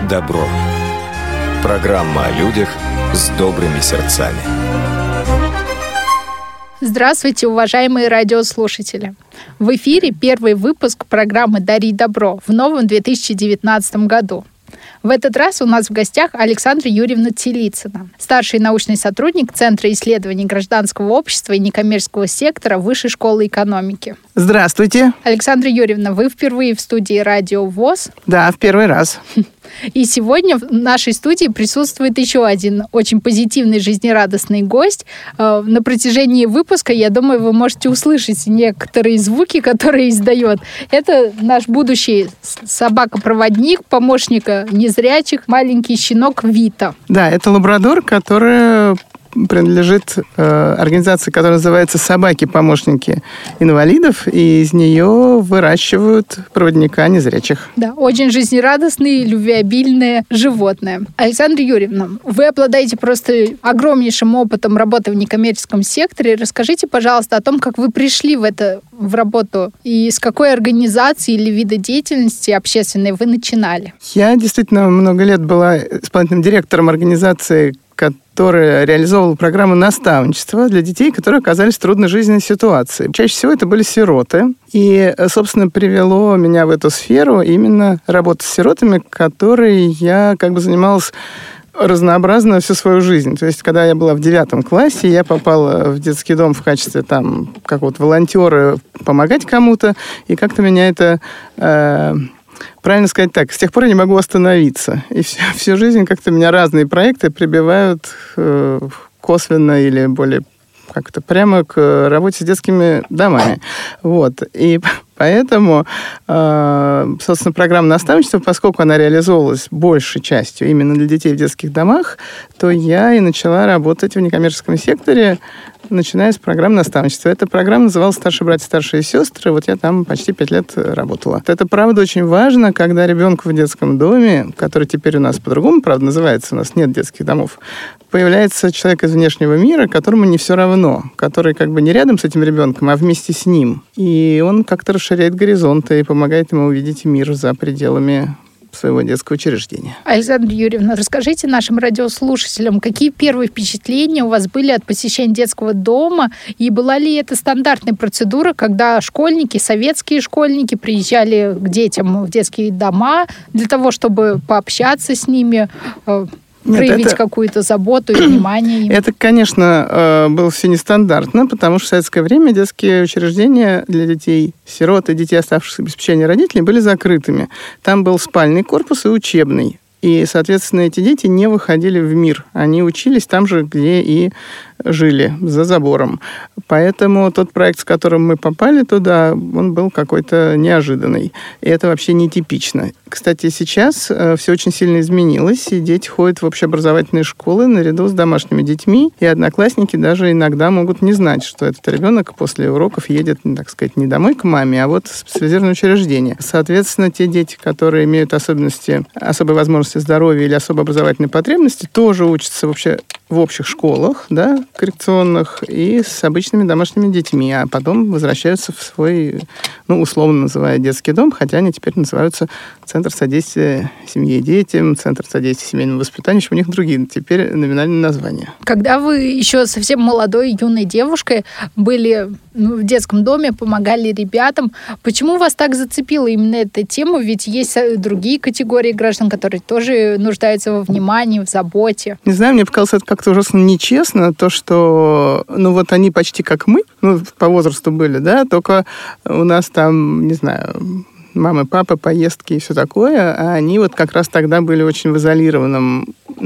добро». Программа о людях с добрыми сердцами. Здравствуйте, уважаемые радиослушатели! В эфире первый выпуск программы «Дари добро» в новом 2019 году. В этот раз у нас в гостях Александра Юрьевна Телицына, старший научный сотрудник Центра исследований гражданского общества и некоммерческого сектора Высшей школы экономики. Здравствуйте. Александра Юрьевна, вы впервые в студии Радио ВОС? Да, в первый раз. И сегодня в нашей студии присутствует еще один очень позитивный, жизнерадостный гость. На протяжении выпуска, я думаю, вы можете услышать некоторые звуки, которые издает. Это наш будущий собака-проводник, помощника незрячих, маленький щенок Вита. Да, это лабрадор, который принадлежит организации, которая называется «Собаки-помощники инвалидов», и из нее выращивают проводника незрячих. Да, очень жизнерадостные, любвеобильные животные. Александра Юрьевна, вы обладаете просто огромнейшим опытом работы в некоммерческом секторе. Расскажите, пожалуйста, о том, как вы пришли в работу и с какой организации или вида деятельности общественной вы начинали. Я действительно много лет была исполнительным директором организации, которая реализовывала программу наставничества для детей, которые оказались в трудной жизненной ситуации. Чаще всего это были сироты. И, собственно, привело меня в эту сферу именно работа с сиротами, которой я занималась разнообразно всю свою жизнь. То есть, когда я была в 9 классе, я попала в детский дом в качестве какого-то волонтера помогать кому-то, и как-то меня это... Правильно сказать так, с тех пор я не могу остановиться. И всю жизнь как-то меня разные проекты прибивают косвенно или более как-то прямо к работе с детскими домами. Вот. И поэтому, собственно, программа наставничества, поскольку она реализовывалась большей частью именно для детей в детских домах, то я и начала работать в некоммерческом секторе, начиная с программы наставничества. Эта программа называлась «Старшие братья, старшие сестры». Вот я там почти 5 лет работала. Это, правда, очень важно, когда ребенку в детском доме, который теперь у нас по-другому, правда, называется, у нас нет детских домов, появляется человек из внешнего мира, которому не все равно, который не рядом с этим ребенком, а вместе с ним. И он как-то расширяет горизонты и помогает ему увидеть мир за пределами своего детского учреждения. Александра Юрьевна, расскажите нашим радиослушателям, какие первые впечатления у вас были от посещения детского дома, и была ли это стандартная процедура, когда школьники, советские школьники приезжали к детям в детские дома для того, чтобы пообщаться с ними, проявить какую-то заботу и внимание им? Это, конечно, было все нестандартно, потому что в советское время детские учреждения для детей-сирот и детей, оставшихся без попечения родителей, были закрытыми. Там был спальный корпус и учебный. И, соответственно, эти дети не выходили в мир. Они учились там же, где и жили, за забором. Поэтому тот проект, с которым мы попали туда, он был какой-то неожиданный. И это вообще нетипично. Кстати, сейчас все очень сильно изменилось, и дети ходят в общеобразовательные школы наряду с домашними детьми, и одноклассники даже иногда могут не знать, что этот ребенок после уроков едет, не домой к маме, а в специализированное учреждение. Соответственно, те дети, которые имеют особенности, особые возможности здоровья или особо образовательные потребности, тоже учатся вообще в общих школах, коррекционных, и с обычными домашними детьми, а потом возвращаются в свой, условно называя детский дом, хотя они теперь называются Центр содействия семье и детям, Центр содействия семейному воспитанию, у них другие теперь номинальные названия. Когда вы еще совсем молодой, юной девушкой были в детском доме, помогали ребятам, почему вас так зацепила именно эта тема? Ведь есть другие категории граждан, которые тоже нуждаются во внимании, в заботе. Не знаю, мне показалось это как-то ужасно нечестно, то, что, они почти как мы, по возрасту были, только у нас там, не знаю, мамы, папы, поездки и все такое, а они как раз тогда были очень в изолированном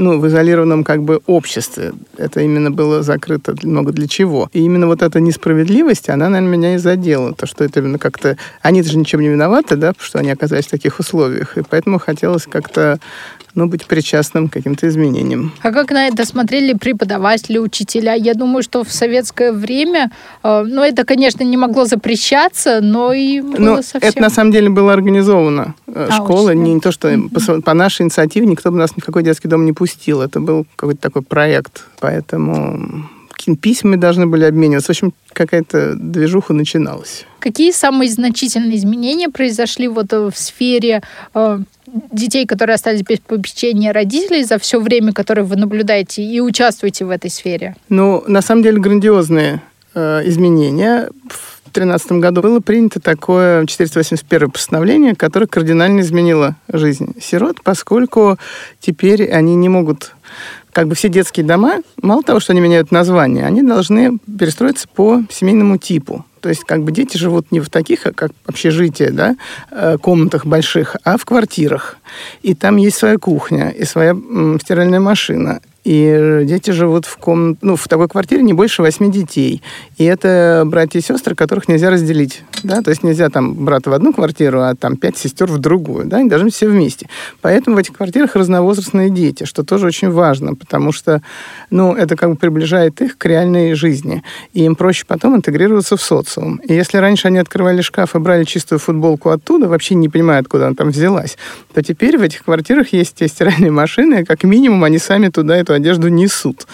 обществе. Это именно было закрыто много для чего. И именно эта несправедливость, она, наверное, меня и задела. То, что это именно как-то... Они же ничем не виноваты, что они оказались в таких условиях. И поэтому хотелось как-то быть причастным к каким-то изменениям. А как на это смотрели преподаватели, учителя? Я думаю, что в советское время, это, конечно, не могло запрещаться, но и было совсем... Это, на самом деле, было организовано. Школа, не то, что по нашей инициативе никто бы нас ни в какой детский дом не пустил. Это был какой-то такой проект. Поэтому письмами должны были обмениваться. В общем, какая-то движуха начиналась. Какие самые значительные изменения произошли вот в сфере детей, которые остались без попечения родителей за все время, которое вы наблюдаете и участвуете в этой сфере? На самом деле грандиозные изменения. В 2013 году было принято такое 481 постановление, которое кардинально изменило жизнь сирот, поскольку теперь они не могут... все детские дома, мало того, что они меняют название, они должны перестроиться по семейному типу. То есть дети живут не в таких, как общежития, да, комнатах больших, а в квартирах. И там есть своя кухня, и своя стиральная машина. И дети живут в такой квартире не больше 8 детей. И это братья и сестры, которых нельзя разделить. Да? То есть нельзя брата в одну квартиру, а 5 сестер в другую. Да? Они должны быть все вместе. Поэтому в этих квартирах разновозрастные дети, что тоже очень важно, потому что это приближает их к реальной жизни. И им проще потом интегрироваться в социум. И если раньше они открывали шкаф и брали чистую футболку оттуда, вообще не понимая, откуда она там взялась, то теперь в этих квартирах есть те стиральные машины, и как минимум они сами туда эту одежду несут.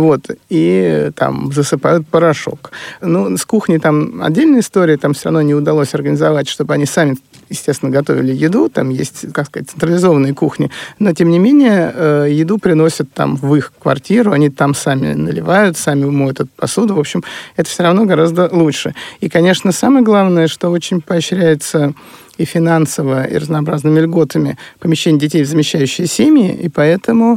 И засыпают порошок. С кухней отдельная история, там все равно не удалось организовать, чтобы они сами, естественно, готовили еду. Там есть, централизованные кухни. Но, тем не менее, еду приносят в их квартиру, они там сами наливают, сами моют эту посуду. В общем, это все равно гораздо лучше. И, конечно, самое главное, что очень поощряется и финансово, и разнообразными льготами помещение детей в замещающие семьи, и поэтому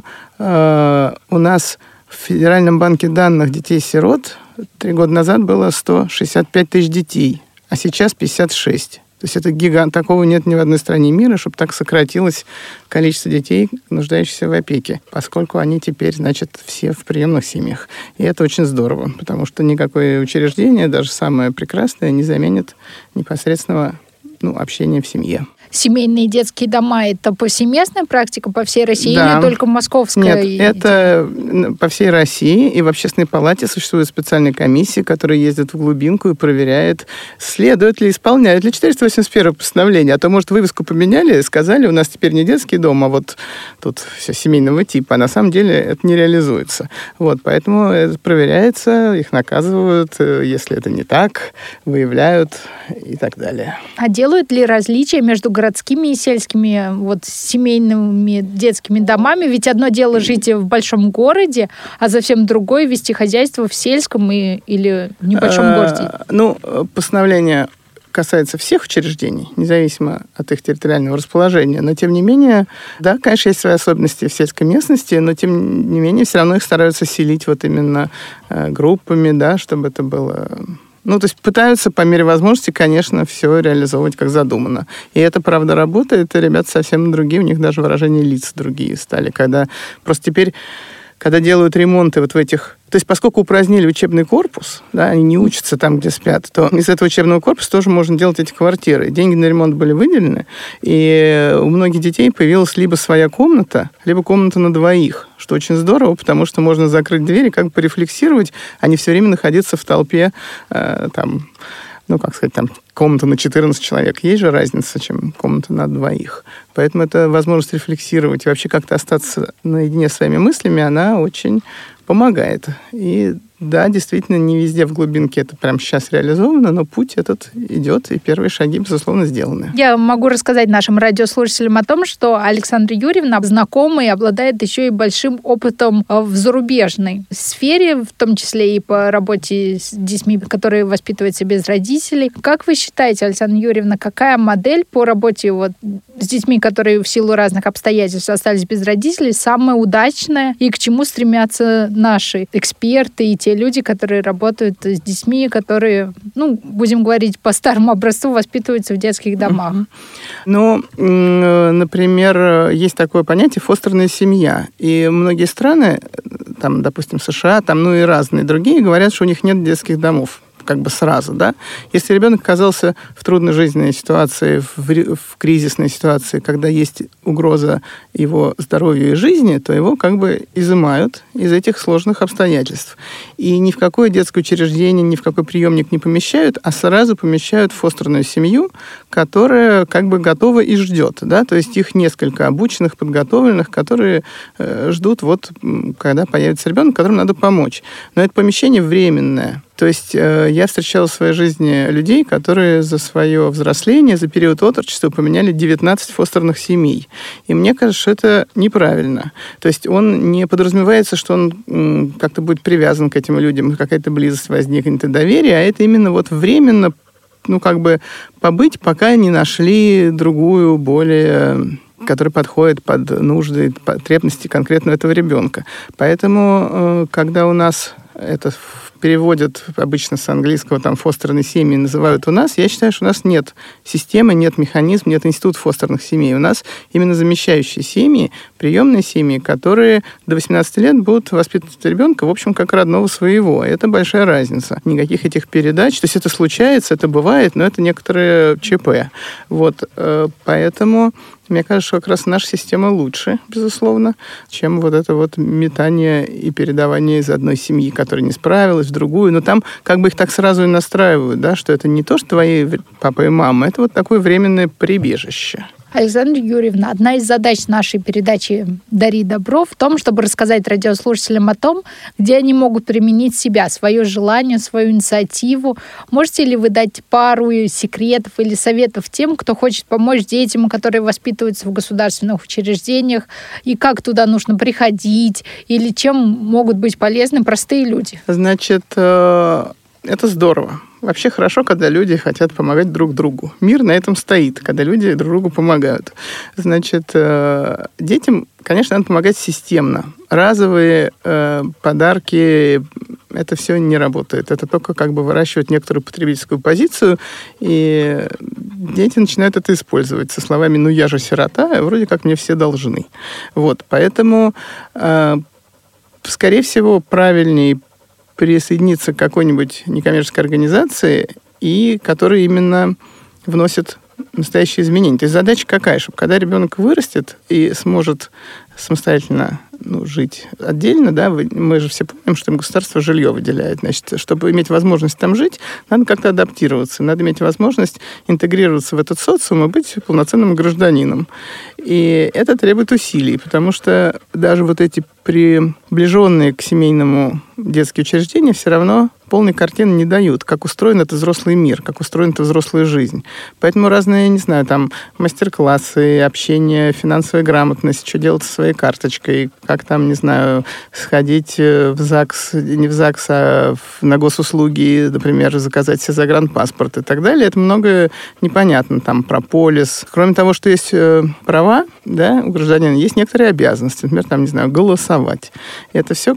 у нас в Федеральном банке данных детей-сирот 3 года назад было 165 тысяч детей, а сейчас 56. То есть это гигант. Такого нет ни в одной стране мира, чтобы так сократилось количество детей, нуждающихся в опеке, поскольку они теперь, все в приемных семьях. И это очень здорово, потому что никакое учреждение, даже самое прекрасное, не заменит непосредственного общения в семье. Семейные детские дома – это повсеместная практика по всей России, да. Или только московская? Нет, это по всей России. И в Общественной палате существуют специальные комиссии, которые ездят в глубинку и проверяют, следует ли, исполняют ли 481 постановление. А то, может, вывеску поменяли, сказали, у нас теперь не детский дом, а тут все семейного типа. А на самом деле это не реализуется. Поэтому это проверяется, их наказывают, если это не так, выявляют и так далее. А делают ли различия между городскими и сельскими семейными детскими домами? Ведь одно дело жить в большом городе, а совсем другое вести хозяйство в сельском или небольшом городе. Постановление касается всех учреждений, независимо от их территориального расположения. Но, тем не менее, да, конечно, есть свои особенности в сельской местности, но, тем не менее, все равно их стараются селить именно группами, да, чтобы это было... то есть пытаются по мере возможности, конечно, все реализовывать как задумано. И это, правда, работает, и ребята совсем другие, у них даже выражения лиц другие стали. Просто теперь, когда делают ремонты в этих... То есть поскольку упразднили учебный корпус, да, они не учатся там, где спят, то из этого учебного корпуса тоже можно делать эти квартиры. Деньги на ремонт были выделены, и у многих детей появилась либо своя комната, либо комната на двоих, что очень здорово, потому что можно закрыть дверь и порефлексировать, а не все время находиться в толпе, комната на 14 человек. Есть же разница, чем комната на двоих. Поэтому это возможность рефлексировать и вообще как-то остаться наедине с своими мыслями, она очень помогает. И да, действительно, не везде в глубинке это прямо сейчас реализовано, но путь этот идет, и первые шаги, безусловно, сделаны. Я могу рассказать нашим радиослушателям о том, что Александра Юрьевна знакома и обладает еще и большим опытом в зарубежной сфере, в том числе и по работе с детьми, которые воспитываются без родителей. Как вы считаете, Александра Юрьевна, какая модель по работе с детьми, которые в силу разных обстоятельств остались без родителей, самая удачная, и к чему стремятся наши эксперты и те люди, которые работают с детьми, которые, будем говорить, по старому образцу воспитываются в детских домах? Например, есть такое понятие фостерная семья. И многие страны, допустим, США, и разные другие, говорят, что у них нет детских домов. Сразу, да. Если ребенок оказался в трудной жизненной ситуации, в кризисной ситуации, когда есть угроза его здоровью и жизни, то его изымают из этих сложных обстоятельств. И ни в какое детское учреждение, ни в какой приемник не помещают, а сразу помещают в фостерную семью, которая готова и ждет, да. То есть их несколько обученных, подготовленных, которые ждут, когда появится ребенок, которому надо помочь. Но это помещение временное. То есть я встречал в своей жизни людей, которые за свое взросление, за период отрочества поменяли 19 фостерных семей. И мне кажется, что это неправильно. То есть он не подразумевается, что он как-то будет привязан к этим людям, какая-то близость возникнет и доверие, а это именно вот временно, побыть, пока не нашли другую, более... который подходит под нужды, потребности конкретно этого ребенка. Поэтому, когда у нас это переводят обычно с английского, фостерные семьи называют у нас, я считаю, что у нас нет системы, нет механизма, нет института фостерных семей. У нас именно замещающие семьи, приемные семьи, которые до 18 лет будут воспитывать ребенка, в общем, как родного своего. И это большая разница. Никаких этих передач. То есть это случается, это бывает, но это некоторые ЧП. Поэтому... Мне кажется, что как раз наша система лучше, безусловно, чем вот это вот метание и передавание из одной семьи, которая не справилась, в другую. Но там их так сразу и настраивают, да, что это не то, что твои папа и мама, это вот такое временное прибежище. Александра Юрьевна, одна из задач нашей передачи «Дари добро» в том, чтобы рассказать радиослушателям о том, где они могут применить себя, свое желание, свою инициативу. Можете ли вы дать пару секретов или советов тем, кто хочет помочь детям, которые воспитываются в государственных учреждениях, и как туда нужно приходить, или чем могут быть полезны простые люди? Значит, это здорово. Вообще хорошо, когда люди хотят помогать друг другу. Мир на этом стоит, когда люди друг другу помогают. Значит, детям, конечно, надо помогать системно. Разовые подарки, это все не работает. Это только выращивать некоторую потребительскую позицию, и дети начинают это использовать со словами я же сирота, вроде как мне все должны». Поэтому, скорее всего, правильнее присоединиться к какой-нибудь некоммерческой организации, и которая именно вносит настоящие изменения. То есть задача какая? Чтобы когда ребенок вырастет и сможет самостоятельно жить отдельно, да, мы же все помним, что им государство жилье выделяет. Значит, чтобы иметь возможность там жить, надо как-то адаптироваться, надо иметь возможность интегрироваться в этот социум и быть полноценным гражданином. И это требует усилий, потому что даже вот эти приближенные к семейному детские учреждения все равно полной картины не дают, как устроен этот взрослый мир, как устроена эта взрослая жизнь. Поэтому разные, мастер-классы, общение, финансовая грамотность, что делать со своей карточкой, как сходить в ЗАГС, не в ЗАГС, а на госуслуги, например, заказать себе загранпаспорт и так далее. Это многое непонятно, про полис. Кроме того, что есть права, да, у гражданина, есть некоторые обязанности, например, голосовать. И это все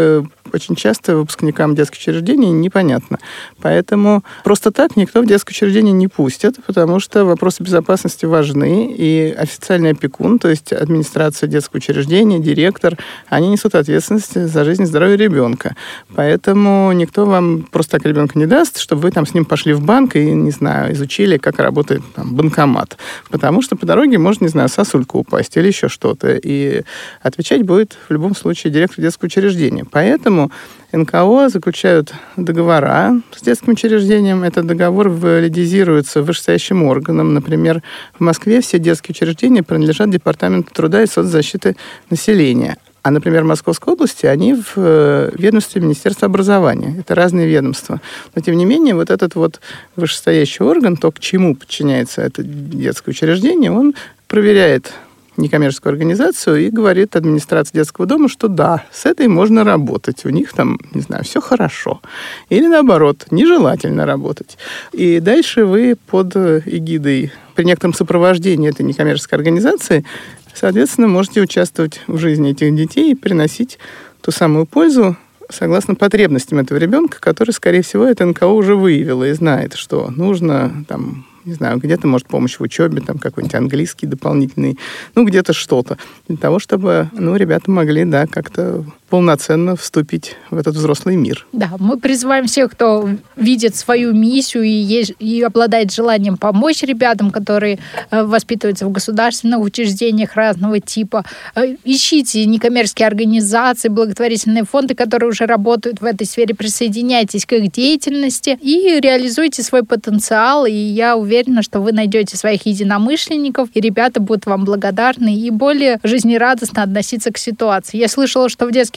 очень часто выпускникам детских учреждений непонятно. Поэтому просто так никто в детское учреждение не пустит, потому что вопросы безопасности важны, и официальный опекун, то есть администрация детского учреждения, директор, они несут ответственность за жизнь и здоровье ребенка. Поэтому никто вам просто так ребенка не даст, чтобы вы с ним пошли в банк и, изучили, как работает банкомат. Потому что по дороге может, сосулька упасть или еще что-то. И отвечать будет в любом случае директор детского учреждения. Поэтому НКО заключают договора с детским учреждением. Этот договор валидизируется вышестоящим органом. Например, в Москве все детские учреждения принадлежат Департаменту труда и соцзащиты населения. А, например, в Московской области они в ведомстве Министерства образования. Это разные ведомства. Но, тем не менее, вот этот вышестоящий орган, то, к чему подчиняется это детское учреждение, он проверяет некоммерческую организацию и говорит администрации детского дома, что да, с этой можно работать. У них все хорошо. Или наоборот, нежелательно работать. И дальше вы под эгидой, при некотором сопровождении этой некоммерческой организации, соответственно, можете участвовать в жизни этих детей и приносить ту самую пользу согласно потребностям этого ребенка, который, скорее всего, это НКО уже выявило и знает, что нужно где-то, может, помощь в учебе, какой-нибудь английский дополнительный, где-то что-то. Для того, чтобы, ребята могли, как-то полноценно вступить в этот взрослый мир. Да, мы призываем всех, кто видит свою миссию и обладает желанием помочь ребятам, которые воспитываются в государственных учреждениях разного типа. Ищите некоммерческие организации, благотворительные фонды, которые уже работают в этой сфере, присоединяйтесь к их деятельности и реализуйте свой потенциал. И я уверена, что вы найдете своих единомышленников, и ребята будут вам благодарны и более жизнерадостно относиться к ситуации. Я слышала, что в детских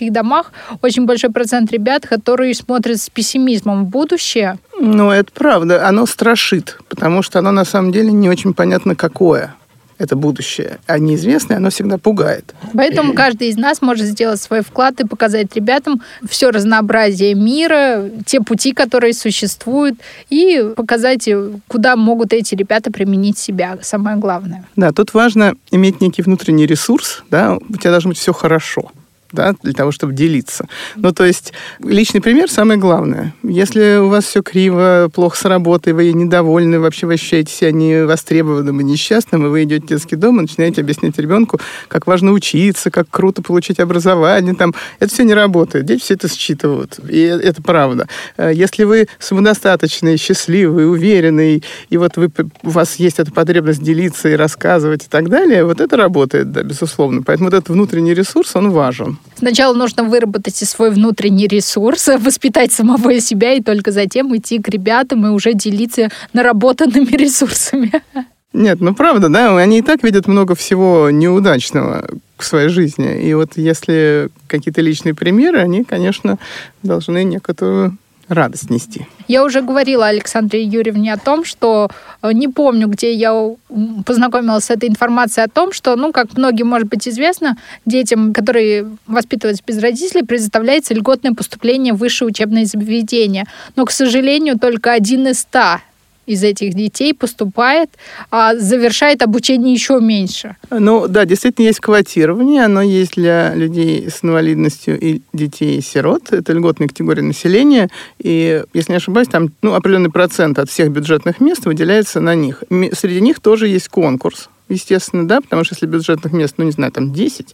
детских домах очень большой процент ребят, которые смотрят с пессимизмом в будущее. Ну, это правда. Оно страшит, потому что оно на самом деле не очень понятно, какое это будущее. А неизвестное, оно всегда пугает. Поэтому каждый из нас может сделать свой вклад и показать ребятам все разнообразие мира, те пути, которые существуют, и показать, куда могут эти ребята применить себя. Самое главное. Да, тут важно иметь некий внутренний ресурс, да, у тебя должно быть все хорошо. Да, для того, чтобы делиться. Ну, то есть, личный пример самое главное. Если у вас все криво, плохо с работой, вы недовольны, вообще вы ощущаете себя невостребованным и несчастным, и вы идете в детский дом и начинаете объяснять ребенку, как важно учиться, как круто получить образование. Там, это все не работает. Дети все это считывают. И это правда. Если вы самодостаточный, счастливый, уверенный, и вот у вас есть эта потребность делиться и рассказывать и так далее, вот это работает, да, безусловно. Поэтому вот этот внутренний ресурс, он важен. Сначала нужно выработать свой внутренний ресурс, воспитать самого себя, и только затем идти к ребятам и уже делиться наработанными ресурсами. Нет, ну правда, да, они и так видят много всего неудачного в своей жизни. И вот если какие-то личные примеры, они, конечно, должны некоторую радость нести. Я уже говорила Александре Юрьевне о том, что не помню, где я познакомилась с этой информацией о том, что, как многим, может быть, известно, детям, которые воспитываются без родителей, предоставляется льготное поступление в высшее учебное заведение. Но, к сожалению, только 1 из 100 из этих детей поступает, а завершает обучение еще меньше. Ну, да, действительно есть квотирование. Оно есть для людей с инвалидностью и детей-сирот. Это льготная категория населения. И, если не ошибаюсь, там определенный процент от всех бюджетных мест выделяется на них. Среди них тоже есть конкурс. Естественно, да, потому что если бюджетных мест, 10,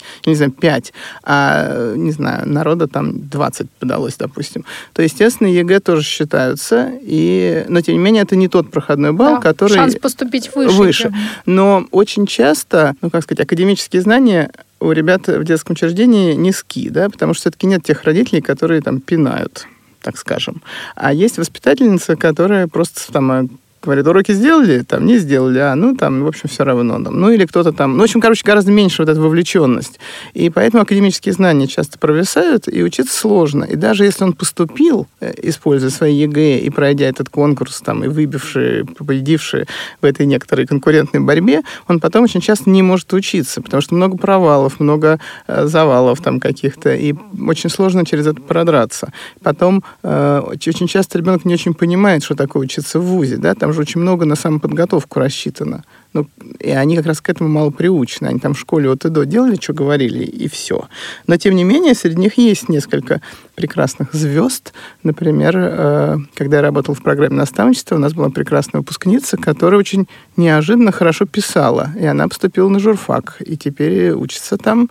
5, а, народа там 20 подалось, допустим, то, естественно, ЕГЭ тоже считаются, но, тем не менее, это не тот проходной балл, который... Шанс поступить выше. Но очень часто, академические знания у ребят в детском учреждении низки, да, потому что все-таки нет тех родителей, которые там пинают, так скажем. А есть воспитательница, которая просто говорит, уроки сделали, не сделали, в общем, все равно. Или кто-то там... гораздо меньше вот эта вовлеченность. И поэтому академические знания часто провисают, и учиться сложно. И даже если он поступил, используя свои ЕГЭ и пройдя этот конкурс, и победивший в этой некоторой конкурентной борьбе, он потом очень часто не может учиться, потому что много провалов, много завалов каких-то, и очень сложно через это продраться. Потом очень часто ребенок не очень понимает, что такое учиться в вузе, да, там же очень много на самоподготовку рассчитано. И они как раз к этому мало приучены. Они там в школе от и до делали, что говорили, и все. Но, тем не менее, среди них есть несколько прекрасных звезд. Например, когда я работал в программе наставничества, у нас была прекрасная выпускница, которая очень неожиданно хорошо писала. И она поступила на журфак. И теперь учится там,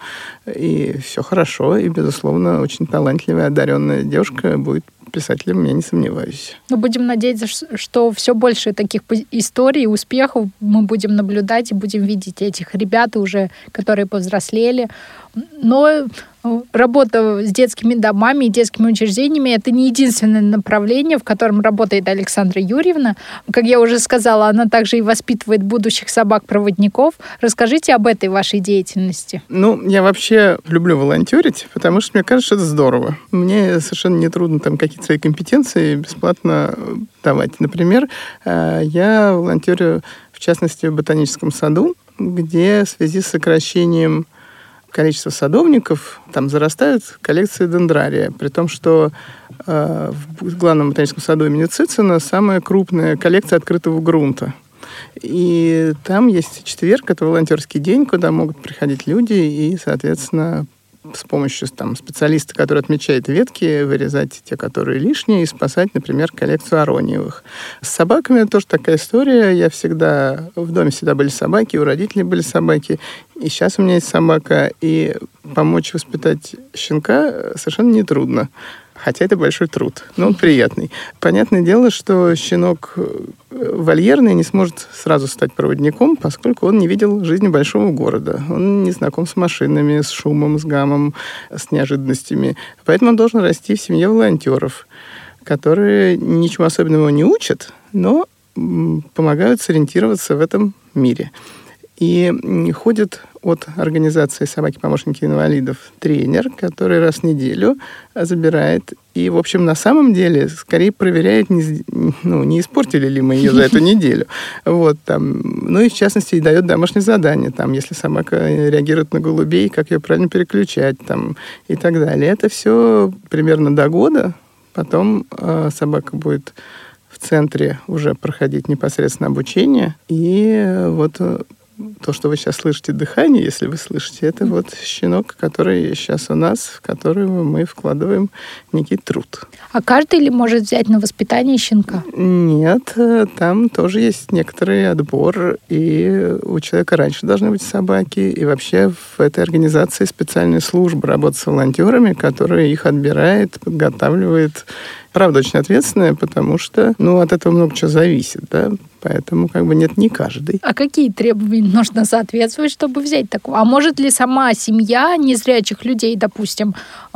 и все хорошо. И, безусловно, очень талантливая, одаренная девушка будет писателем, я не сомневаюсь. Мы будем надеяться, что все больше таких историй, успехов мы будем наблюдать и будем видеть этих ребят уже, которые повзрослели. Но работа с детскими домами и детскими учреждениями — это не единственное направление, в котором работает Александра Юрьевна. Как я уже сказала, она также и воспитывает будущих собак-проводников. Расскажите об этой вашей деятельности. Я вообще люблю волонтерить, потому что мне кажется, что это здорово. Мне совершенно не трудно какие-то свои компетенции бесплатно давать. Например, я волонтерю, в частности, в ботаническом саду, где в связи с сокращением количество садовников, там зарастают коллекции дендрария, при том, что в главном ботаническом саду имени Цицина самая крупная коллекция открытого грунта. И там есть четверг, это волонтерский день, куда могут приходить люди и, соответственно, с помощью специалиста, который отмечает ветки, вырезать те, которые лишние, и спасать, например, коллекцию арониевых. С собаками тоже такая история. В доме всегда были собаки, у родителей были собаки, и сейчас у меня есть собака, и помочь воспитать щенка совершенно нетрудно. Хотя это большой труд, но он приятный. Понятное дело, что щенок вольерный не сможет сразу стать проводником, поскольку он не видел жизни большого города. Он не знаком с машинами, с шумом, с гамом, с неожиданностями. Поэтому он должен расти в семье волонтеров, которые ничего особенного не учат, но помогают сориентироваться в этом мире. И ходит от организации «Собаки-помощники инвалидов» тренер, который раз в неделю забирает. И, в общем, на самом деле, скорее проверяет, не испортили ли мы ее за эту неделю. Вот, там. Ну и, в частности, и дает домашнее задание. Там, если собака реагирует на голубей, как ее правильно переключать там, и так далее. Это все примерно до года. Потом собака будет в центре уже проходить непосредственно обучение. И вот то, что вы сейчас слышите, дыхание, если вы слышите, это вот щенок, который сейчас у нас, в которого мы вкладываем некий труд. А каждый ли может взять на воспитание щенка? Нет, там тоже есть некоторый отбор, и у человека раньше должны быть собаки, и вообще в этой организации специальная служба работает с волонтерами, которая их отбирает, подготавливает. Правда, очень ответственная, потому что, от этого много чего зависит, да, поэтому нет, не каждый. А какие требования нужно соответствовать, чтобы взять такого? А может ли сама семья незрячих людей, допустим,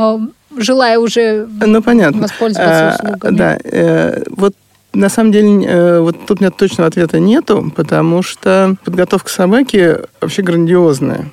желая уже воспользоваться услугами? Да, вот на самом деле, вот тут у меня точного ответа нету, потому что подготовка собаки вообще грандиозная.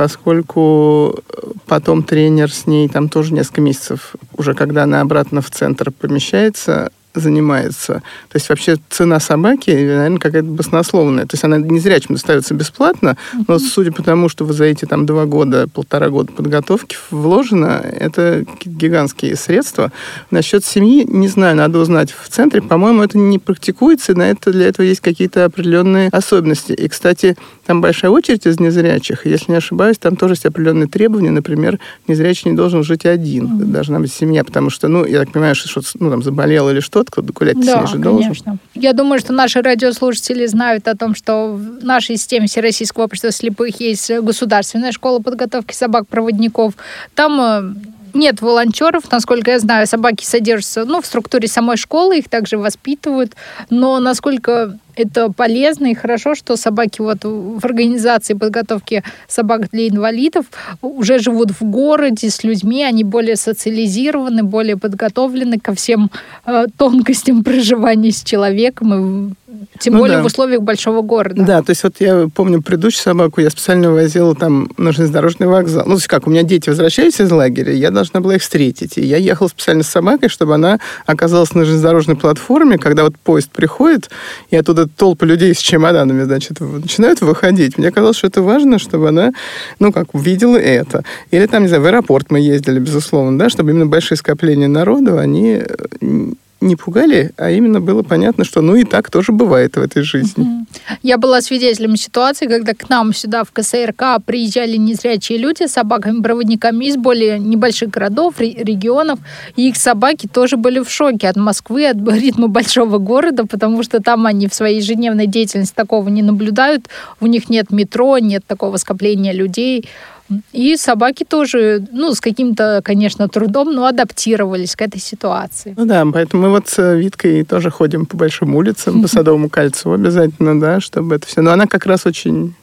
Поскольку потом тренер с ней там тоже несколько месяцев, уже когда она обратно в центр помещается, занимается. То есть вообще цена собаки, наверное, какая-то баснословная. То есть она незрячим достается бесплатно, но судя по тому, что вы за эти 1,5 года подготовки вложено, это гигантские средства. Насчет семьи, не знаю, надо узнать в центре. По-моему, это не практикуется, и для этого есть какие-то определенные особенности. И, кстати, там большая очередь из незрячих. Если не ошибаюсь, там тоже есть определенные требования. Например, незрячий не должен жить один. Должна быть семья, потому что, я так понимаю, что там заболел или что, кто-то гулять с ней же должен. Конечно. Я думаю, что наши радиослушатели знают о том, что в нашей системе Всероссийского общества слепых есть государственная школа подготовки собак-проводников. Там нет волонтеров, насколько я знаю, собаки содержатся в структуре самой школы, их также воспитывают, но насколько это полезно и хорошо, что собаки в организации подготовки собак для инвалидов уже живут в городе с людьми, они более социализированы, более подготовлены ко всем тонкостям проживания с человеком, и тем более в условиях большого города. Да, то есть я помню предыдущую собаку, я специально возила там на железнодорожный вокзал. То есть у меня дети возвращались из лагеря, я должна была их встретить. И я ехала специально с собакой, чтобы она оказалась на железнодорожной платформе, когда поезд приходит, и оттуда толпы людей с чемоданами, начинают выходить. Мне казалось, что это важно, чтобы она, увидела это. Или там, не знаю, в аэропорт мы ездили, безусловно, да, чтобы именно большие скопления народу, они не пугали, а именно было понятно, что и так тоже бывает в этой жизни. Я была свидетелем ситуации, когда к нам сюда в КСРК приезжали незрячие люди с собаками-проводниками из более небольших городов, регионов, и их собаки тоже были в шоке от Москвы, от ритма большого города, потому что там они в своей ежедневной деятельности такого не наблюдают, у них нет метро, нет такого скопления людей. И собаки тоже, с каким-то, конечно, трудом, но адаптировались к этой ситуации. Да, поэтому мы с Виткой тоже ходим по большим улицам, по Садовому кольцу обязательно, да, чтобы это все. Но она как раз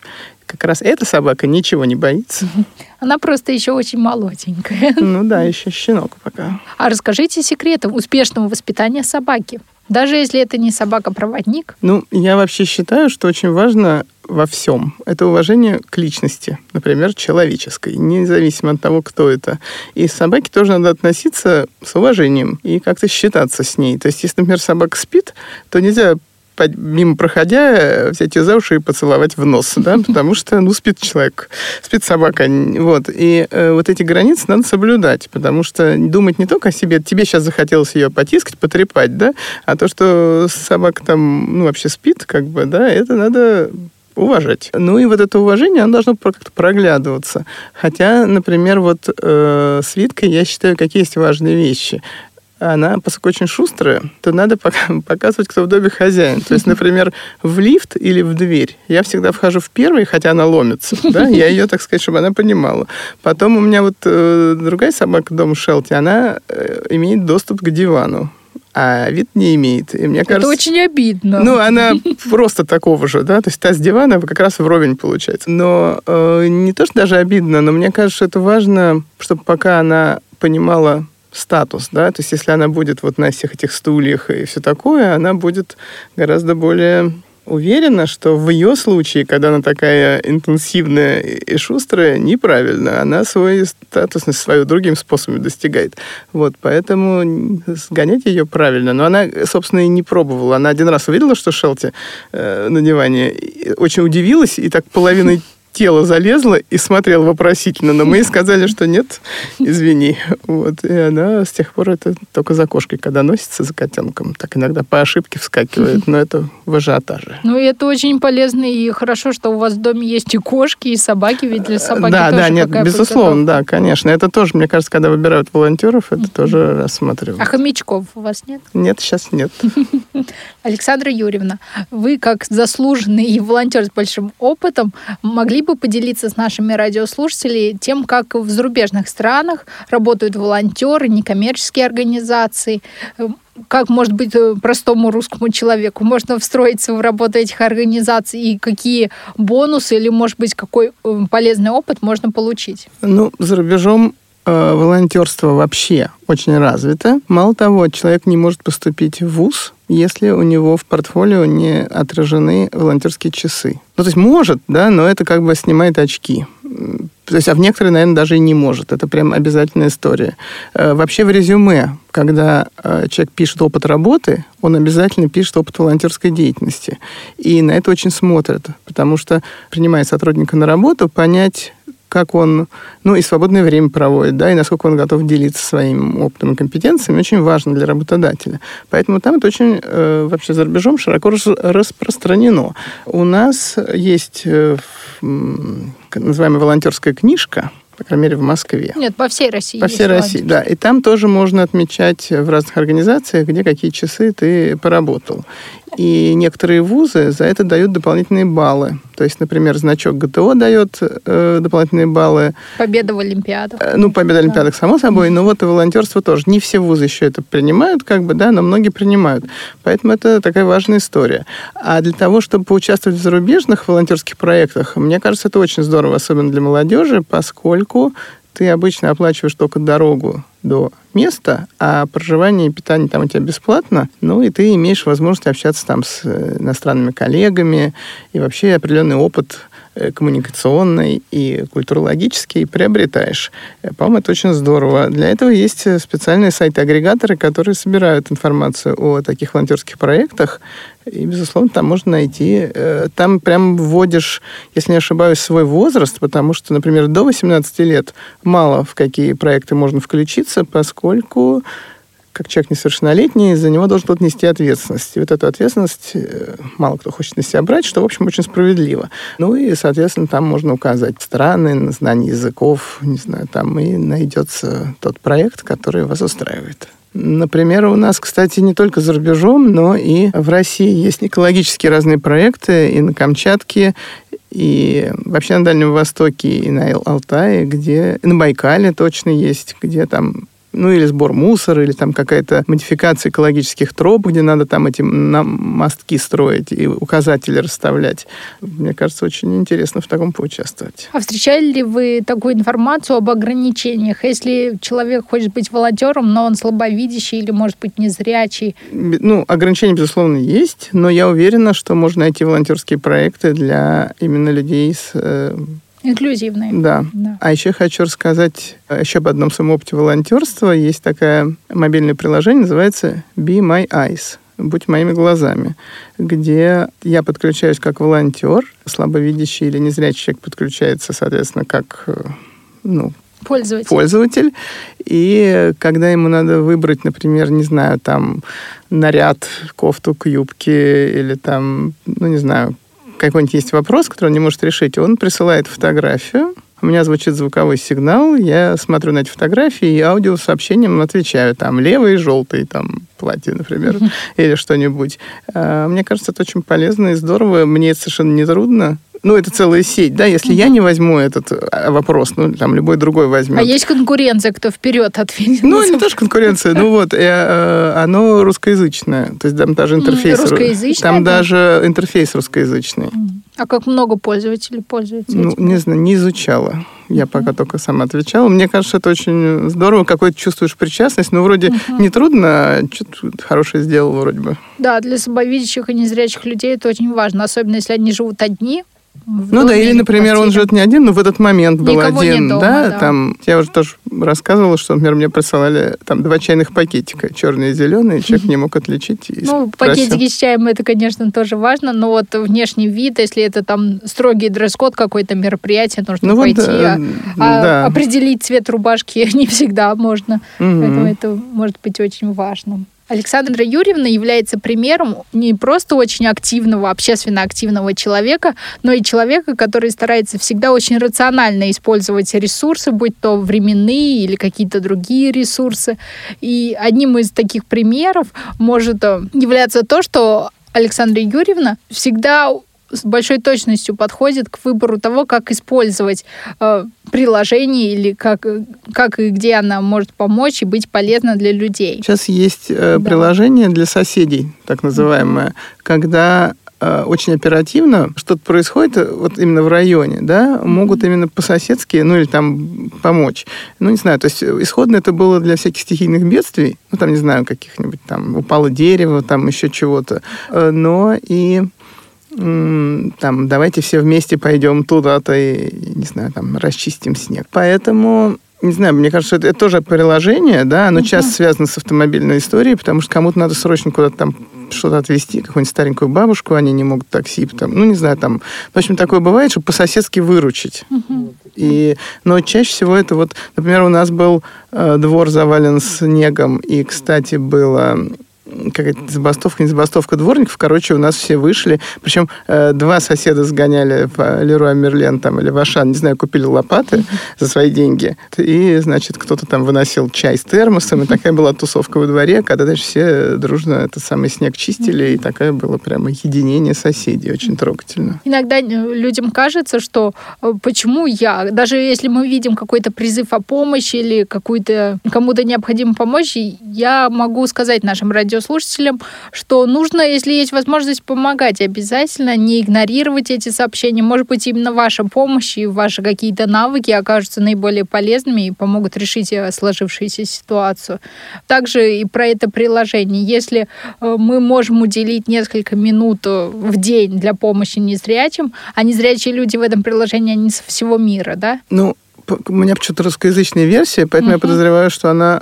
эта собака ничего не боится. Она просто еще очень молоденькая. Еще щенок пока. А расскажите секреты успешного воспитания собаки. Даже если это не собака-проводник? Я вообще считаю, что очень важно во всем. Это уважение к личности, например, человеческой, независимо от того, кто это. И к собаке тоже надо относиться с уважением и как-то считаться с ней. То есть, если, например, собака спит, то нельзя мимо проходя, взять ее за уши и поцеловать в нос, да, потому что, спит человек, спит собака, И эти границы надо соблюдать, потому что думать не только о себе, тебе сейчас захотелось ее потискать, потрепать, да, а то, что собака там, вообще спит, это надо уважать. И это уважение, оно должно как-то проглядываться. Хотя, например, с Виткой я считаю, какие есть важные вещи. Она, поскольку очень шустрая, то надо показывать, кто в доме хозяин. То есть, например, в лифт или в дверь я всегда вхожу в первый, хотя она ломится. Да? Я ее, так сказать, чтобы она понимала. Потом у меня другая собака дома Шелти, она имеет доступ к дивану. А вид не имеет. И мне кажется, это очень обидно. Она просто такого же, да, то есть та с дивана как раз вровень получается. Но не то, что даже обидно, но мне кажется, что это важно, чтобы пока она понимала статус, да, то есть если она будет на всех этих стульях и все такое, она будет гораздо более уверена, что в ее случае, когда она такая интенсивная и шустрая, неправильно. Она свой статусность свою другим способом достигает. Вот, поэтому сгонять ее правильно. Но она, собственно, и не пробовала. Она один раз увидела, что Шелти на диване, очень удивилась, и так половиной тело залезла и смотрела вопросительно, но мы ей сказали, что нет, извини. Вот. И она с тех пор это только за кошкой, когда носится, за котенком. Так иногда по ошибке вскакивает, но это в ажиотаже. Ну, это очень полезно, и хорошо, что у вас в доме есть и кошки, и собаки, ведь для собаки тоже да, нет, какая безусловно, да, конечно. Это тоже, мне кажется, когда выбирают волонтеров, это тоже рассматривают. А хомячков у вас нет? Нет, сейчас нет. Александра Юрьевна, вы, как заслуженный волонтер с большим опытом, могли бы поделиться с нашими радиослушателями тем, как в зарубежных странах работают волонтеры, некоммерческие организации, как, может быть, простому русскому человеку можно встроиться в работу этих организаций, и какие бонусы или, может быть, какой полезный опыт можно получить? Ну, за рубежом волонтерство вообще очень развито. Мало того, человек не может поступить в вуз, если у него в портфолио не отражены волонтерские часы. Ну, то есть может, да, но это как бы снимает очки. То есть, а в некоторые, наверное, даже и не может. Это прям обязательная история. Вообще в резюме, когда человек пишет опыт работы, он обязательно пишет опыт волонтерской деятельности. И на это очень смотрят, потому что, принимая сотрудника на работу, понять, как он, и свободное время проводит, да, и насколько он готов делиться своим опытом и компетенциями, очень важно для работодателя. Поэтому там это очень вообще за рубежом широко распространено. У нас есть называемая волонтерская книжка, по крайней мере, в Москве. Нет, по всей России. По всей России, да. И там тоже можно отмечать в разных организациях, где какие часы ты поработал. И некоторые вузы за это дают дополнительные баллы. То есть, например, значок ГТО дает дополнительные баллы. Победа в Олимпиадах. Победа в Олимпиадах, само собой. Но вот и волонтерство тоже. Не все вузы еще это принимают, но многие принимают. Поэтому это такая важная история. А для того, чтобы поучаствовать в зарубежных волонтерских проектах, мне кажется, это очень здорово, особенно для молодежи, поскольку ты обычно оплачиваешь только дорогу до места, а проживание и питание там у тебя бесплатно, и ты имеешь возможность общаться там с иностранными коллегами, и вообще определенный опыт коммуникационный и культурологический приобретаешь. По-моему, это очень здорово. Для этого есть специальные сайты-агрегаторы, которые собирают информацию о таких волонтерских проектах, и, безусловно, там можно найти. Там прям вводишь, если не ошибаюсь, свой возраст, потому что, например, до 18 лет мало в какие проекты можно включиться, поскольку как человек несовершеннолетний, за него должен кто-то нести ответственность. И вот эту ответственность мало кто хочет на себя брать, что, в общем, очень справедливо. И, соответственно, там можно указать страны, знание языков, не знаю, там и найдется тот проект, который вас устраивает. Например, у нас, кстати, не только за рубежом, но и в России есть экологические разные проекты и на Камчатке, и вообще на Дальнем Востоке, и на Алтае, где на Байкале точно есть, где там или сбор мусора, или там какая-то модификация экологических троп, где надо там эти мостки строить и указатели расставлять. Мне кажется, очень интересно в таком поучаствовать. А встречали ли вы такую информацию об ограничениях? Если человек хочет быть волонтером, но он слабовидящий или, может быть, незрячий? Ограничения, безусловно, есть, но я уверена, что можно найти волонтерские проекты для именно людей с... Инклюзивные. Да. А еще хочу рассказать еще об одном своем опыте волонтерства. Есть такое мобильное приложение, называется Be My Eyes. «Будь моими глазами», где я подключаюсь как волонтер, слабовидящий или незрячий человек подключается, соответственно, как пользователь. И когда ему надо выбрать, например, не знаю, там наряд, кофту к юбке или там, какой-нибудь есть вопрос, который он не может решить, он присылает фотографию, у меня звучит звуковой сигнал, я смотрю на эти фотографии и аудиосообщением отвечаю, там, левый и желтый, там, платье, например, или что-нибудь. Мне кажется, это очень полезно и здорово, мне это совершенно не трудно. Это целая сеть, да, если я не возьму этот вопрос, там любой другой возьмет. А есть конкуренция, кто вперед ответит? Не то, что конкуренция, оно русскоязычное, то есть там даже интерфейс... Русскоязычное? Там даже интерфейс русскоязычный. А как много пользователей пользуются? Не знаю, не изучала. Я пока только сама отвечала. Мне кажется, это очень здорово. Какой-то чувствуешь причастность. Вроде не трудно, что-то хорошее сделал вроде бы. Да, для слабовидящих и незрячих людей это очень важно. Особенно, если они живут одни. Или, например, он живет не один, но в этот момент был никого один. Нет дома, да. Там, я уже тоже рассказывала, что, например, мне присылали 2 чайных пакетика, черные и зеленые, человек не мог отличить. Пакетики с чаем, это, конечно, тоже важно, но вот внешний вид, если это там строгий дресс-код, какое-то мероприятие, нужно пойти, определить цвет рубашки не всегда можно. Поэтому это может быть очень важно. Александра Юрьевна является примером не просто очень активного, общественно активного человека, но и человека, который старается всегда очень рационально использовать ресурсы, будь то временные или какие-то другие ресурсы. И одним из таких примеров может являться то, что Александра Юрьевна всегда с большой точностью подходит к выбору того, как использовать приложение или как и где она может помочь и быть полезна для людей. Сейчас есть приложение для соседей, так называемое, когда очень оперативно что-то происходит вот именно в районе, да, могут именно по-соседски, или там помочь. Не знаю, то есть исходно это было для всяких стихийных бедствий, там, не знаю, каких-нибудь там упало дерево, там еще чего-то, но и там, давайте все вместе пойдем туда-то и, не знаю, там, расчистим снег. Поэтому, не знаю, мне кажется, это тоже приложение, да, оно часто связано с автомобильной историей, потому что кому-то надо срочно куда-то там что-то отвезти, какую-нибудь старенькую бабушку, они не могут такси, там, не знаю, там, в общем, такое бывает, чтобы по-соседски выручить. Но чаще всего это вот, например, у нас был двор завален снегом, и, кстати, было какая-то забастовка, не забастовка дворников. Короче, у нас все вышли. Причем 2 соседа сгоняли в Леруа Мерлен там, или в Ашан, не знаю, купили лопаты за свои деньги. И, значит, кто-то там выносил чай с термосом. И такая была тусовка во дворе, когда, значит, все дружно этот самый снег чистили. И такое было прямо единение соседей. Очень трогательно. Иногда людям кажется, что почему я? Даже если мы видим какой-то призыв о помощи или кому-то необходимо помочь, я могу сказать нашим радиослушателям, что нужно, если есть возможность, помогать обязательно, не игнорировать эти сообщения. Может быть, именно ваша помощь и ваши какие-то навыки окажутся наиболее полезными и помогут решить сложившуюся ситуацию. Также и про это приложение. Если мы можем уделить несколько минут в день для помощи незрячим, а незрячие люди в этом приложении, они со всего мира, да? У меня почему-то русскоязычная версия, поэтому я подозреваю, что она,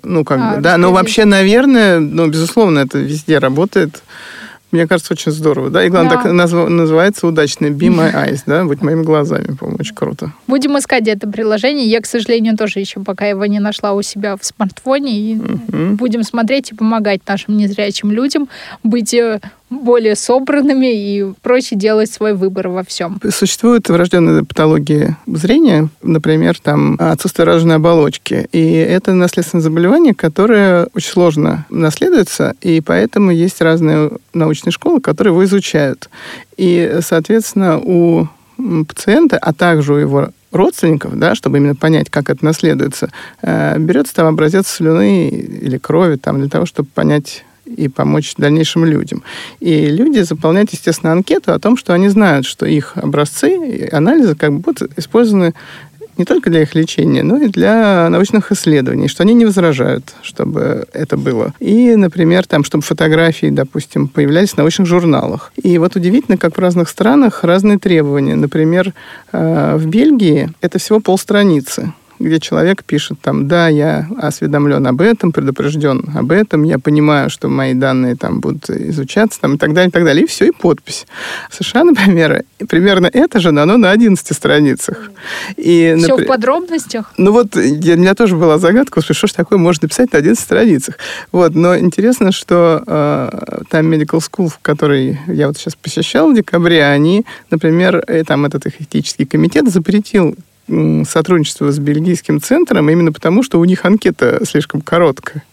да, но вообще, наверное, безусловно, это везде работает. Мне кажется, очень здорово, да, и главное, так называется удачно, Be My Eyes, да, будь моими глазами, по-моему, очень круто. Будем искать это приложение, я, к сожалению, тоже еще пока его не нашла у себя в смартфоне, и будем смотреть и помогать нашим незрячим людям быть более собранными и проще делать свой выбор во всем. Существуют врожденные патологии зрения, например, там отсутствие радужной оболочки. И это наследственное заболевание, которое очень сложно наследуется, и поэтому есть разные научные школы, которые его изучают. И, соответственно, у пациента, а также у его родственников, да, чтобы именно понять, как это наследуется, берется там образец слюны или крови там, для того, чтобы понять и помочь дальнейшим людям. И люди заполняют, естественно, анкету о том, что они знают, что их образцы и анализы как бы будут использованы не только для их лечения, но и для научных исследований, что они не возражают, чтобы это было. И, например, там, чтобы фотографии, допустим, появлялись в научных журналах. И вот удивительно, как в разных странах разные требования. Например, в Бельгии это всего полстраницы, где человек пишет там, да, я осведомлен об этом, предупрежден об этом, я понимаю, что мои данные там будут изучаться, там, и так далее, и так далее. И все, и подпись. В США, например, примерно это же дано на 11 страницах. И, все в подробностях? У меня тоже была загадка, что ж такое можно написать на 11 страницах. Но интересно, что там Medical School, в который я вот сейчас посещал в декабре, они, например, там этот их этический комитет запретил сотрудничество с бельгийским центром именно потому, что у них анкета слишком короткая.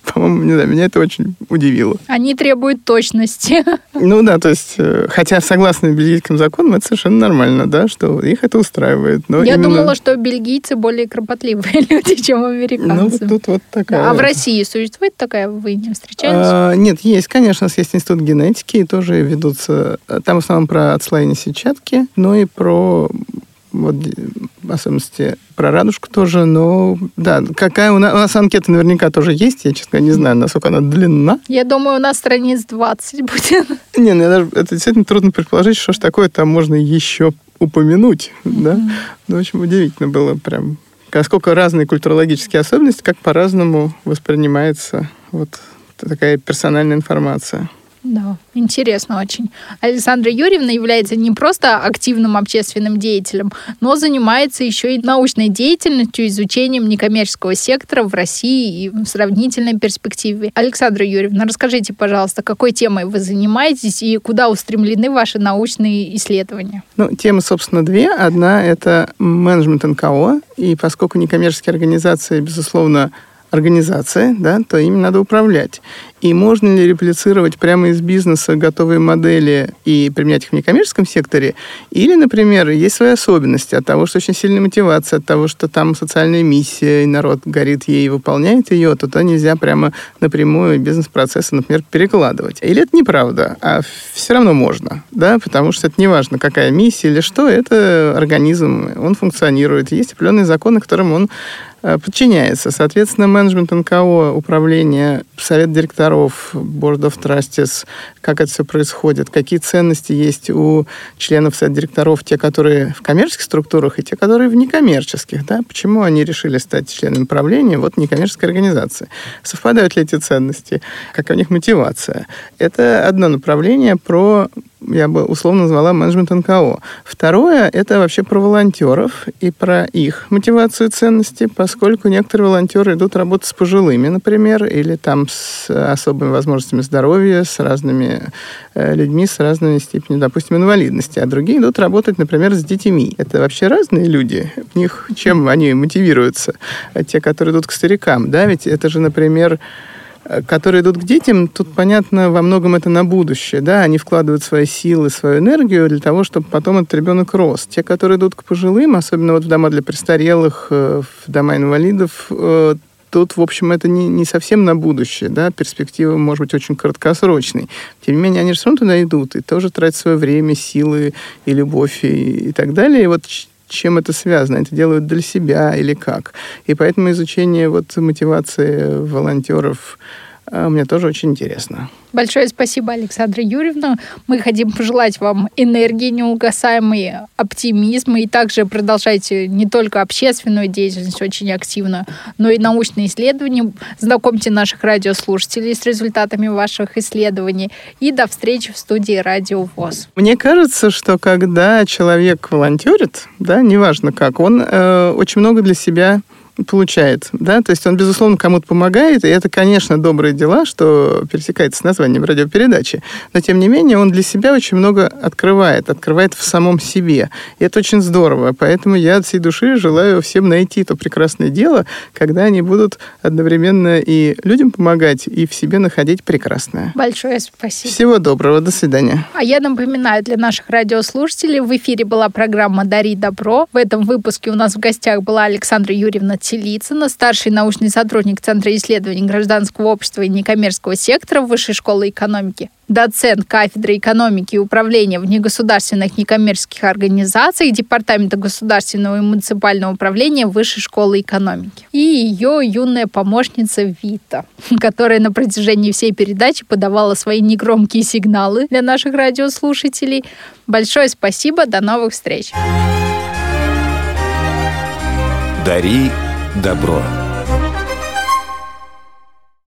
по-моему, не знаю, меня это очень удивило. Они требуют точности. Ну да, то есть, хотя согласно бельгийским законам, это совершенно нормально, да, что их это устраивает. Но я думала, что бельгийцы более кропотливые люди, чем американцы. Ну, тут вот такая... Да. А в России существует такая? Вы не встречались? Нет, есть, конечно, у нас есть институт генетики, и тоже ведутся... Там в основном про отслоение сетчатки, но и про... Вот, в особенности про радужку тоже, но да, какая у нас анкета наверняка тоже есть, я, честно говоря, не знаю, насколько она длинна. Я думаю, у нас страниц 20 будет. Не, ну, это действительно трудно предположить, что ж такое там можно еще упомянуть, да. Ну, в общем, удивительно было прям, насколько разные культурологические особенности, как по-разному воспринимается вот такая персональная информация. Да, интересно очень. Александра Юрьевна является не просто активным общественным деятелем, но занимается еще и научной деятельностью, изучением некоммерческого сектора в России и в сравнительной перспективе. Александра Юрьевна, расскажите, пожалуйста, какой темой вы занимаетесь и куда устремлены ваши научные исследования? Ну, темы, собственно, две. Одна – это менеджмент НКО, и поскольку некоммерческие организации, безусловно, организация, да, то ими надо управлять. И можно ли реплицировать прямо из бизнеса готовые модели и применять их в некоммерческом секторе? Или, например, есть свои особенности от того, что очень сильная мотивация, от того, что там социальная миссия, и народ горит ей и выполняет ее, то нельзя прямо напрямую бизнес-процессы, например, перекладывать. Или это неправда, а все равно можно, да, потому что это не важно, какая миссия или что, это организм, он функционирует, есть определенные законы, которым он подчиняется. Соответственно, менеджмент НКО, управление, совет директоров, board of trustees, как это все происходит, какие ценности есть у членов совета директоров, те, которые в коммерческих структурах, и те, которые в некоммерческих, да, почему они решили стать членами правления вот некоммерческой организации. Совпадают ли эти ценности? Какая у них мотивация? Это одно направление про, я бы условно назвала, менеджмент НКО. Второе, это вообще про волонтеров и про их мотивацию и ценности, поскольку некоторые волонтеры идут работать с пожилыми, например, или там с особыми возможностями здоровья, с разными людьми, с разной степенью, допустим, инвалидности, а другие идут работать, например, с детьми. Это вообще разные люди. В них чем они мотивируются? Те, которые идут к старикам, да, ведь это же, например, которые идут к детям, тут, понятно, во многом это на будущее, да, они вкладывают свои силы, свою энергию для того, чтобы потом этот ребенок рос. Те, которые идут к пожилым, особенно вот в дома для престарелых, в дома инвалидов, тут, в общем, это не совсем на будущее, да, перспектива может быть очень краткосрочной. Тем не менее, они же все равно туда идут и тоже тратят свое время, силы и любовь и так далее. И вот чем это связано? Это делают для себя или как? И поэтому изучение вот мотивации волонтеров мне тоже очень интересно. Большое спасибо, Александра Юрьевна. Мы хотим пожелать вам энергии неугасаемой, оптимизма, и также продолжайте не только общественную деятельность очень активную, но и научные исследования. Знакомьте наших радиослушателей с результатами ваших исследований. И до встречи в студии Радио ВОС. Мне кажется, что когда человек волонтерит, да, неважно как, он очень много для себя получает, да, то есть он, безусловно, кому-то помогает, и это, конечно, добрые дела, что пересекается с названием радиопередачи, но, тем не менее, он для себя очень много открывает в самом себе, и это очень здорово, поэтому я от всей души желаю всем найти то прекрасное дело, когда они будут одновременно и людям помогать, и в себе находить прекрасное. Большое спасибо. Всего доброго, до свидания. А я напоминаю для наших радиослушателей, в эфире была программа «Дари добро». В этом выпуске у нас в гостях была Александра Юрьевна Телицына, старший научный сотрудник Центра исследований гражданского общества и некоммерческого сектора Высшей школы экономики, доцент кафедры экономики и управления в негосударственных некоммерческих организациях Департамента государственного и муниципального управления Высшей школы экономики. И ее юная помощница Вита, которая на протяжении всей передачи подавала свои негромкие сигналы для наших радиослушателей. Большое спасибо, до новых встреч! Дари добро.